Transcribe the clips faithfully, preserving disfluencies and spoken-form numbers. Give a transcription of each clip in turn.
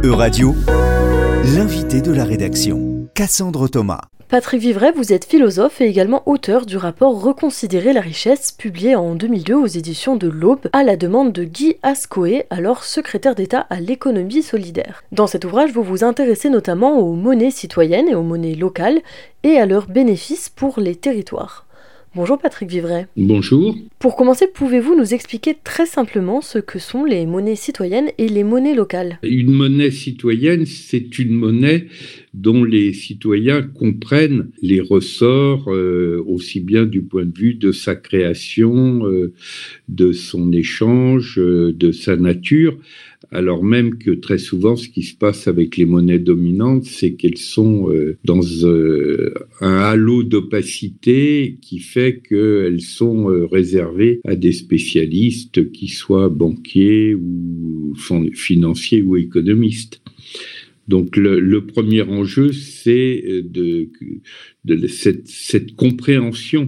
Euradio, l'invité de la rédaction, Cassandre Thomas. Patrick Vivray, vous êtes philosophe et également auteur du rapport Reconsidérer la richesse, publié en deux mille deux aux éditions de l'Aube, à la demande de Guy Ascoé, alors secrétaire d'État à l'économie solidaire. Dans cet ouvrage, vous vous intéressez notamment aux monnaies citoyennes et aux monnaies locales, et à leurs bénéfices pour les territoires. Bonjour Patrick Vivray. Bonjour. Pour commencer, pouvez-vous nous expliquer très simplement ce que sont les monnaies citoyennes et les monnaies locales ? Une monnaie citoyenne, c'est une monnaie dont les citoyens comprennent les ressorts, euh, aussi bien du point de vue de sa création, euh, de son échange, euh, de sa nature, alors même que très souvent, ce qui se passe avec les monnaies dominantes, c'est qu'elles sont euh, dans euh, un halo d'opacité qui fait qu'elles sont euh, réservées à des spécialistes, qui soient banquiers ou financiers ou économistes. Donc le, le premier enjeu, c'est de, de cette, cette compréhension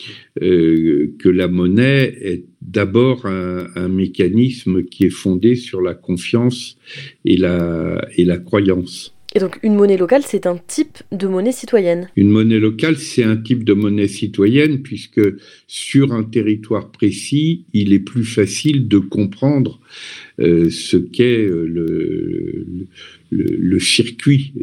euh, que la monnaie est d'abord un, un mécanisme qui est fondé sur la confiance et la, et la croyance. Et donc une monnaie locale, c'est un type de monnaie citoyenne. Une monnaie locale, c'est un type de monnaie citoyenne puisque sur un territoire précis, il est plus facile de comprendre euh, ce qu'est le, le, le, le circuit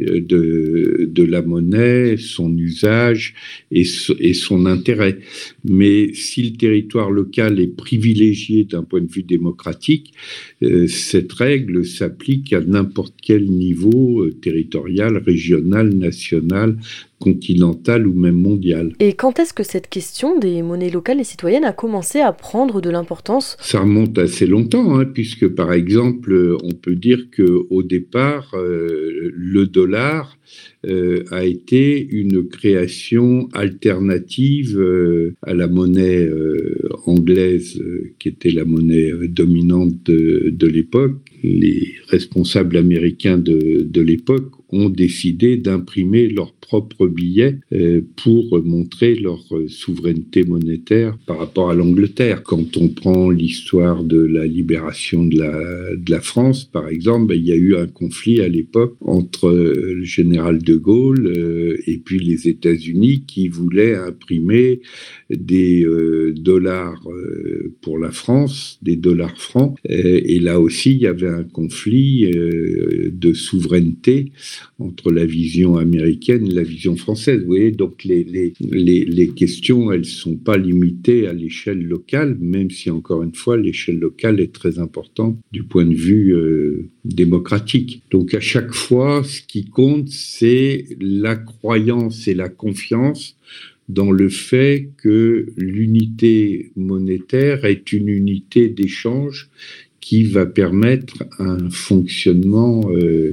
de, de la monnaie, son usage et, et son intérêt. Mais si le territoire local est privilégié d'un point de vue démocratique, euh, cette règle s'applique à n'importe quel niveau euh, territorial, régional, national, continentale ou même mondiale. Et quand est-ce que cette question des monnaies locales et citoyennes a commencé à prendre de l'importance ? Ça remonte assez longtemps, hein, puisque par exemple, on peut dire qu'au départ, euh, le dollar euh, a été une création alternative euh, à la monnaie euh, anglaise, euh, qui était la monnaie euh, dominante de, de l'époque. Les responsables américains de, de l'époque ont décidé d'imprimer leurs propres billets euh, pour montrer leur souveraineté monétaire par rapport à l'Angleterre. Quand on prend l'histoire de la libération de la, de la France, par exemple, ben, il y a eu un conflit à l'époque entre euh, le général de Gaulle euh, et puis les États-Unis qui voulaient imprimer des euh, dollars euh, pour la France, des dollars francs. Euh, et là aussi, il y avait un conflit euh, de souveraineté entre la vision américaine et la vision française. Vous voyez, donc les, les, les, les questions, elles ne sont pas limitées à l'échelle locale, même si, encore une fois, l'échelle locale est très importante du point de vue euh, démocratique. Donc, à chaque fois, ce qui compte, c'est la croyance et la confiance dans le fait que l'unité monétaire est une unité d'échange qui va permettre un fonctionnement euh,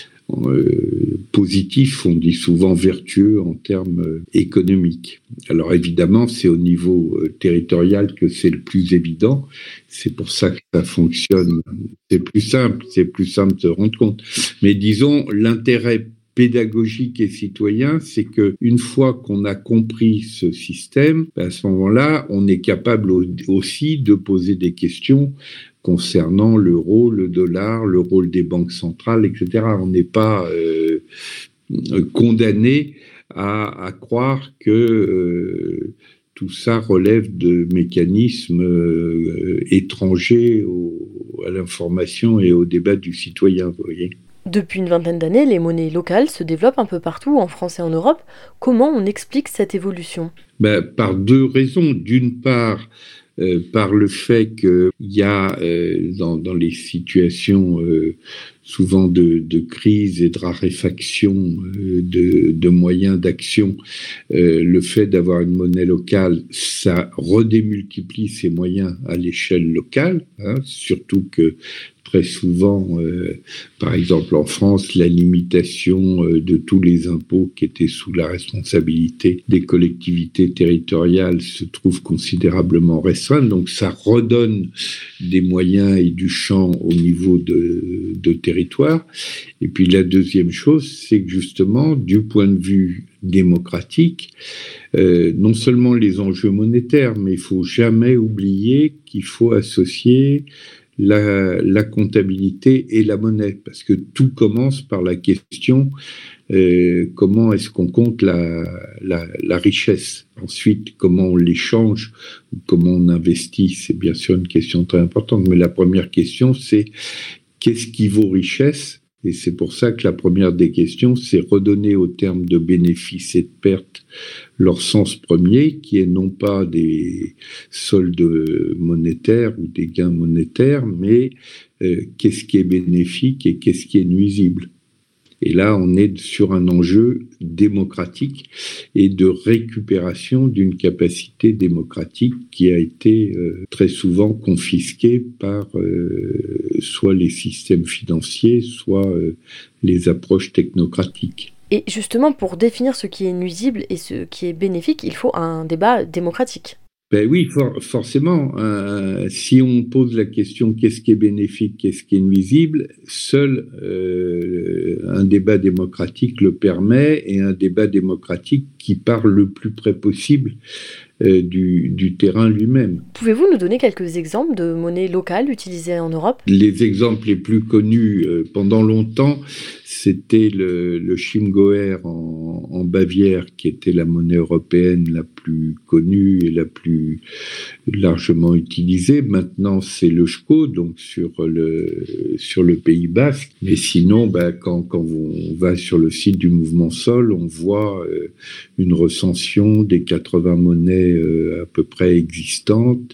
Euh, positif, on dit souvent vertueux en termes euh, économiques. Alors évidemment, c'est au niveau euh, territorial que c'est le plus évident. C'est pour ça que ça fonctionne. C'est plus simple, c'est plus simple de se rendre compte. Mais disons, l'intérêt pédagogique et citoyen, c'est que une fois qu'on a compris ce système, à ce moment-là, on est capable aussi de poser des questions concernant l'euro, le dollar, le rôle des banques centrales, et cetera. On n'est pas euh, condamné à, à croire que euh, tout ça relève de mécanismes euh, étrangers au, à l'information et au débat du citoyen, vous voyez. Depuis une vingtaine d'années, les monnaies locales se développent un peu partout, en France et en Europe. Comment on explique cette évolution ? Ben, par deux raisons. D'une part, euh, par le fait qu'il y a euh, dans, dans les situations euh, souvent de, de crise et de raréfaction euh, de, de moyens d'action, euh, le fait d'avoir une monnaie locale, ça redémultiplie ces moyens à l'échelle locale, hein, surtout que très souvent, euh, par exemple en France, la limitation euh, de tous les impôts qui étaient sous la responsabilité des collectivités territoriales se trouve considérablement restreinte. Donc ça redonne des moyens et du champ au niveau de, de territoire. Et puis la deuxième chose, c'est que justement, du point de vue démocratique, euh, non seulement les enjeux monétaires, mais il ne faut jamais oublier qu'il faut associer la, la comptabilité et la monnaie, parce que tout commence par la question euh, comment est-ce qu'on compte la, la, la richesse. Ensuite, comment on l'échange, comment on investit, c'est bien sûr une question très importante, mais la première question, c'est qu'est-ce qui vaut richesse? Et c'est pour ça que la première des questions, c'est redonner aux termes de bénéfices et de pertes leur sens premier, qui est non pas des soldes monétaires ou des gains monétaires, mais euh, qu'est-ce qui est bénéfique et qu'est-ce qui est nuisible. Et là, on est sur un enjeu démocratique et de récupération d'une capacité démocratique qui a été euh, très souvent confisquée par euh, soit les systèmes financiers, soit euh, les approches technocratiques. Et justement, pour définir ce qui est nuisible et ce qui est bénéfique, il faut un débat démocratique. Ben oui, for- forcément. Euh, si on pose la question qu'est-ce qui est bénéfique, qu'est-ce qui est nuisible, seul euh, un débat démocratique le permet, et un débat démocratique qui parle le plus près possible euh, du, du terrain lui-même. Pouvez-vous nous donner quelques exemples de monnaies locales utilisées en Europe ? Les exemples les plus connus euh, pendant longtemps, c'était le, le Chiemgauer en, en Bavière, qui était la monnaie européenne la plus connue et la plus largement utilisée. Maintenant, c'est le Schko, donc sur le, sur le Pays Basque. Mais sinon, bah, quand, quand on va sur le site du Mouvement Sol, on voit euh, une recension des quatre-vingts monnaies euh, à peu près existantes,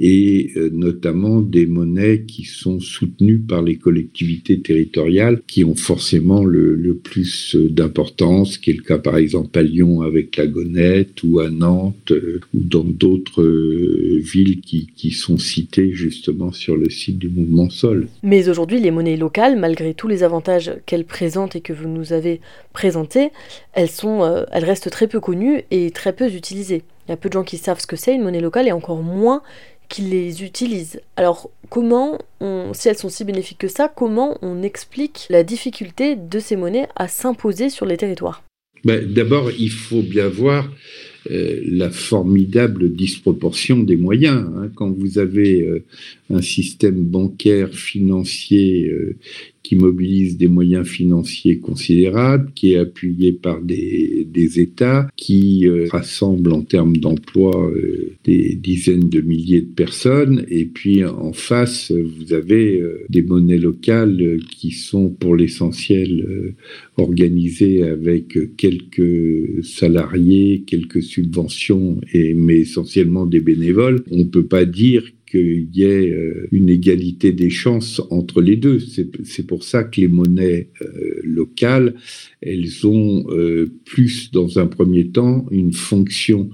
et euh, notamment des monnaies qui sont soutenues par les collectivités territoriales, qui ont forcément le, le plus d'importance, qui est le cas par exemple à Lyon avec la Gonette, ou à Nantes, euh, ou dans d'autres euh, villes qui, qui sont citées justement sur le site du Mouvement Sol. Mais aujourd'hui, les monnaies locales, malgré tous les avantages qu'elles présentent et que vous nous avez présentés, elles, sont, euh, elles restent très peu connues et très peu utilisées. Il y a peu de gens qui savent ce que c'est une monnaie locale, et encore moins qui les utilisent. Alors comment, on, si elles sont si bénéfiques que ça, comment on explique la difficulté de ces monnaies à s'imposer sur les territoires ? Ben, d'abord, il faut bien voir euh, la formidable disproportion des moyens. Hein. Quand vous avez euh, un système bancaire, financier, euh, qui mobilise des moyens financiers considérables, qui est appuyé par des, des États, qui euh, rassemble en termes d'emploi euh, des dizaines de milliers de personnes, et puis en face, vous avez euh, des monnaies locales qui sont pour l'essentiel euh, organisées avec quelques salariés, quelques subventions, et, mais essentiellement des bénévoles. On ne peut pas dire qu'il y ait euh, une égalité des chances entre les deux. C'est, c'est pour ça que les monnaies euh, locales, elles ont euh, plus, dans un premier temps, une fonction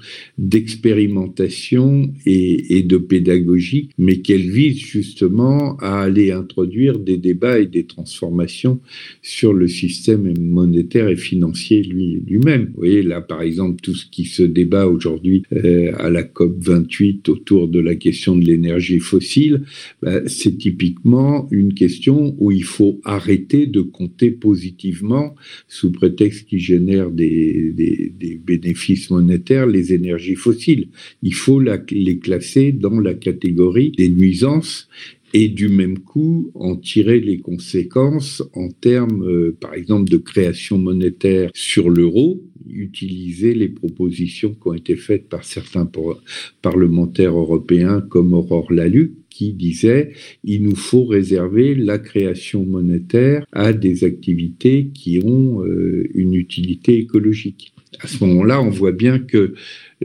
d'expérimentation et, et de pédagogie, mais qu'elles visent justement à aller introduire des débats et des transformations sur le système monétaire et financier lui, lui-même. Vous voyez, là, par exemple, tout ce qui se débat aujourd'hui euh, à la COP vingt-huit autour de la question de l'énergie, énergie fossile, ben, c'est typiquement une question où il faut arrêter de compter positivement, sous prétexte qu'ils génèrent des, des, des bénéfices monétaires, les énergies fossiles. Il faut la, les classer dans la catégorie des nuisances, et du même coup en tirer les conséquences en termes, euh, par exemple, de création monétaire sur l'euro, utiliser les propositions qui ont été faites par certains parlementaires européens comme Aurore Lalucq, qui disait « il nous faut réserver la création monétaire à des activités qui ont euh, une utilité écologique ». À ce moment-là, on voit bien que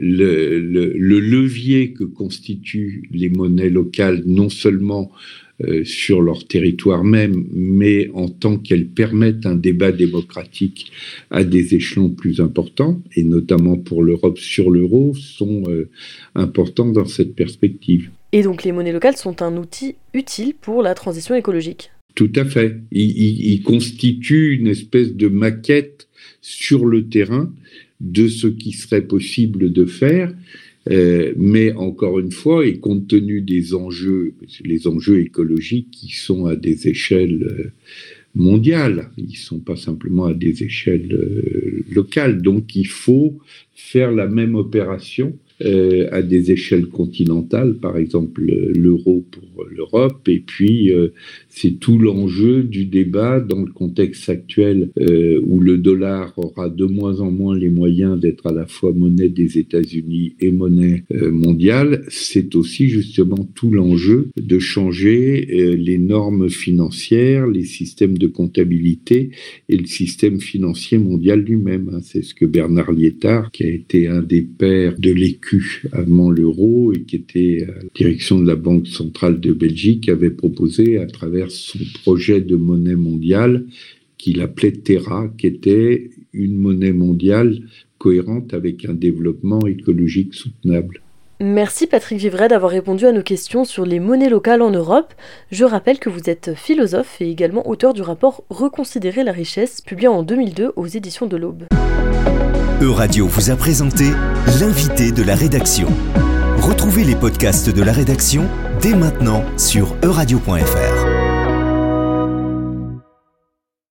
le, le, le levier que constituent les monnaies locales, non seulement euh, sur leur territoire même, mais en tant qu'elles permettent un débat démocratique à des échelons plus importants, et notamment pour l'Europe sur l'euro, sont euh, importants dans cette perspective. Et donc les monnaies locales sont un outil utile pour la transition écologique. Tout à fait. Ils, ils, ils constituent une espèce de maquette sur le terrain de ce qui serait possible de faire, euh, mais encore une fois, et compte tenu des enjeux, les enjeux écologiques qui sont à des échelles euh, mondiales, ils ne sont pas simplement à des échelles euh, locales, donc il faut faire la même opération euh, à des échelles continentales, par exemple l'euro pour l'Europe, et puis euh, c'est tout l'enjeu du débat dans le contexte actuel euh, où le dollar aura de moins en moins les moyens d'être à la fois monnaie des États-Unis et monnaie euh, mondiale. C'est aussi justement tout l'enjeu de changer euh, les normes financières, les systèmes de comptabilité et le système financier mondial lui-même. Hein. C'est ce que Bernard Liétard, qui a été un des pères de l'écu avant l'euro et qui était à la direction de la Banque centrale de Belgique, avait proposé à travers son projet de monnaie mondiale qu'il appelait Terra, qui était une monnaie mondiale cohérente avec un développement écologique soutenable. Merci Patrick Vivray d'avoir répondu à nos questions sur les monnaies locales en Europe. Je rappelle que vous êtes philosophe et également auteur du rapport Reconsidérer la richesse, publié en deux mille deux aux éditions de l'Aube. Euradio vous a présenté l'invité de la rédaction. Retrouvez les podcasts de la rédaction dès maintenant sur euradio point f r.